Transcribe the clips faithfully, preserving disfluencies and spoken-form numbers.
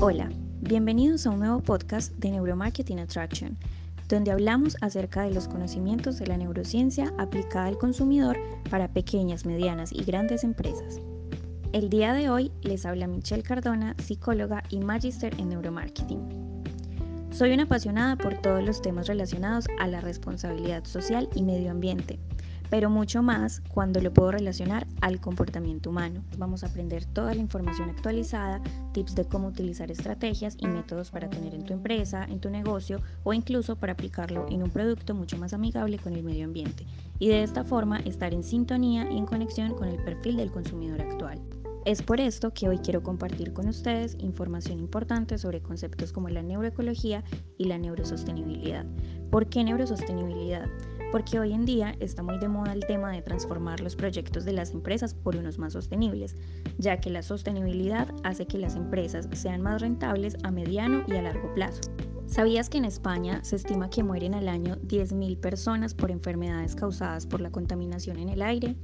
Hola, bienvenidos a un nuevo podcast de Neuromarketing Attraction, donde hablamos acerca de los conocimientos de la neurociencia aplicada al consumidor para pequeñas, medianas y grandes empresas. El día de hoy les habla Michelle Cardona, psicóloga y magíster en neuromarketing. Soy una apasionada por todos los temas relacionados a la responsabilidad social y medio ambiente, pero mucho más cuando lo puedo relacionar al comportamiento humano. Vamos a aprender toda la información actualizada, tips de cómo utilizar estrategias y métodos para tener en tu empresa, en tu negocio o incluso para aplicarlo en un producto mucho más amigable con el medio ambiente y de esta forma estar en sintonía y en conexión con el perfil del consumidor actual. Es por esto que hoy quiero compartir con ustedes información importante sobre conceptos como la neuroecología y la neurosostenibilidad. ¿Por qué neurosostenibilidad? Porque hoy en día está muy de moda el tema de transformar los proyectos de las empresas por unos más sostenibles, ya que la sostenibilidad hace que las empresas sean más rentables a mediano y a largo plazo. ¿Sabías que en España se estima que mueren al año diez mil personas por enfermedades causadas por la contaminación en el aire?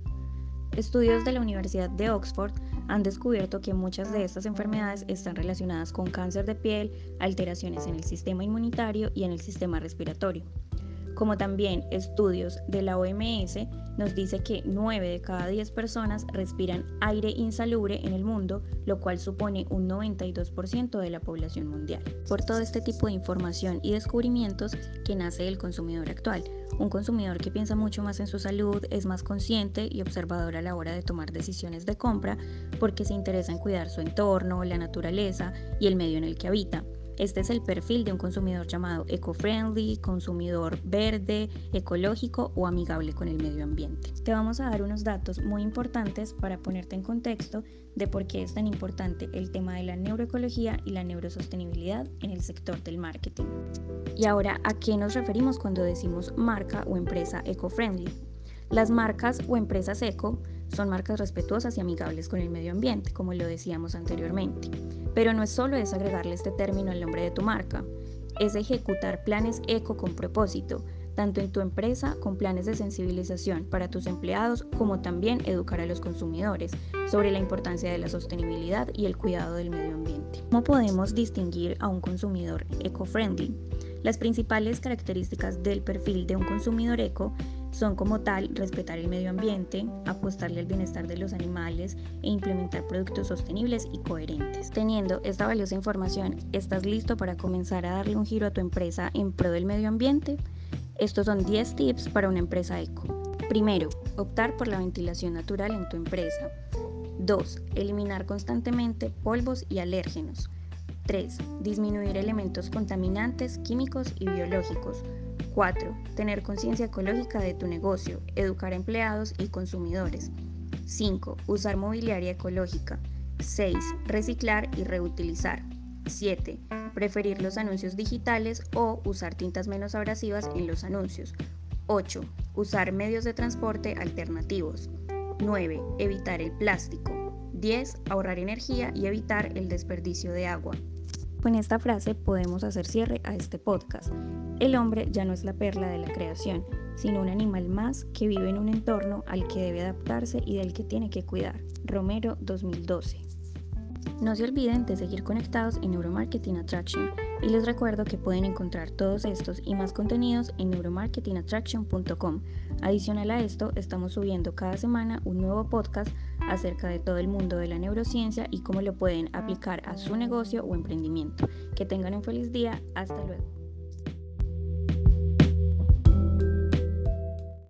Estudios de la Universidad de Oxford han descubierto que muchas de estas enfermedades están relacionadas con cáncer de piel, alteraciones en el sistema inmunitario y en el sistema respiratorio. Como también estudios de la O M S nos dice que nueve de cada diez personas respiran aire insalubre en el mundo, lo cual supone un noventa y dos por ciento de la población mundial. Por todo este tipo de información y descubrimientos que nace el consumidor actual, un consumidor que piensa mucho más en su salud, es más consciente y observador a la hora de tomar decisiones de compra porque se interesa en cuidar su entorno, la naturaleza y el medio en el que habita. Este es el perfil de un consumidor llamado eco-friendly, consumidor verde, ecológico o amigable con el medio ambiente. Te vamos a dar unos datos muy importantes para ponerte en contexto de por qué es tan importante el tema de la neuroecología y la neurosostenibilidad en el sector del marketing. Y ahora, ¿a qué nos referimos cuando decimos marca o empresa eco-friendly? Las marcas o empresas eco son marcas respetuosas y amigables con el medio ambiente, como lo decíamos anteriormente. Pero no es solo es agregarle este término al nombre de tu marca, es ejecutar planes eco con propósito, tanto en tu empresa con planes de sensibilización para tus empleados, como también educar a los consumidores sobre la importancia de la sostenibilidad y el cuidado del medio ambiente. ¿Cómo podemos distinguir a un consumidor eco-friendly? Las principales características del perfil de un consumidor eco son como tal respetar el medio ambiente, apostarle al bienestar de los animales e implementar productos sostenibles y coherentes. Teniendo esta valiosa información, ¿estás listo para comenzar a darle un giro a tu empresa en pro del medio ambiente? Estos son diez tips para una empresa eco. Primero, optar por la ventilación natural en tu empresa. dos. Eliminar constantemente polvos y alérgenos. tres. Disminuir elementos contaminantes, químicos y biológicos. cuatro. Tener conciencia ecológica de tu negocio, educar a empleados y consumidores. cinco. Usar mobiliaria ecológica. seis. Reciclar y reutilizar. siete. Preferir los anuncios digitales o usar tintas menos abrasivas en los anuncios. ocho. Usar medios de transporte alternativos. nueve. Evitar el plástico. diez. Ahorrar energía y evitar el desperdicio de agua. Con esta frase podemos hacer cierre a este podcast. El hombre ya no es la perla de la creación, sino un animal más que vive en un entorno al que debe adaptarse y del que tiene que cuidar. Romero dos mil doce. No se olviden de seguir conectados en Neuromarketing Attraction y les recuerdo que pueden encontrar todos estos y más contenidos en neuromarketing attraction punto com. Adicional a esto, estamos subiendo cada semana un nuevo podcast acerca de todo el mundo de la neurociencia y cómo lo pueden aplicar a su negocio o emprendimiento. Que tengan un feliz día. Hasta luego.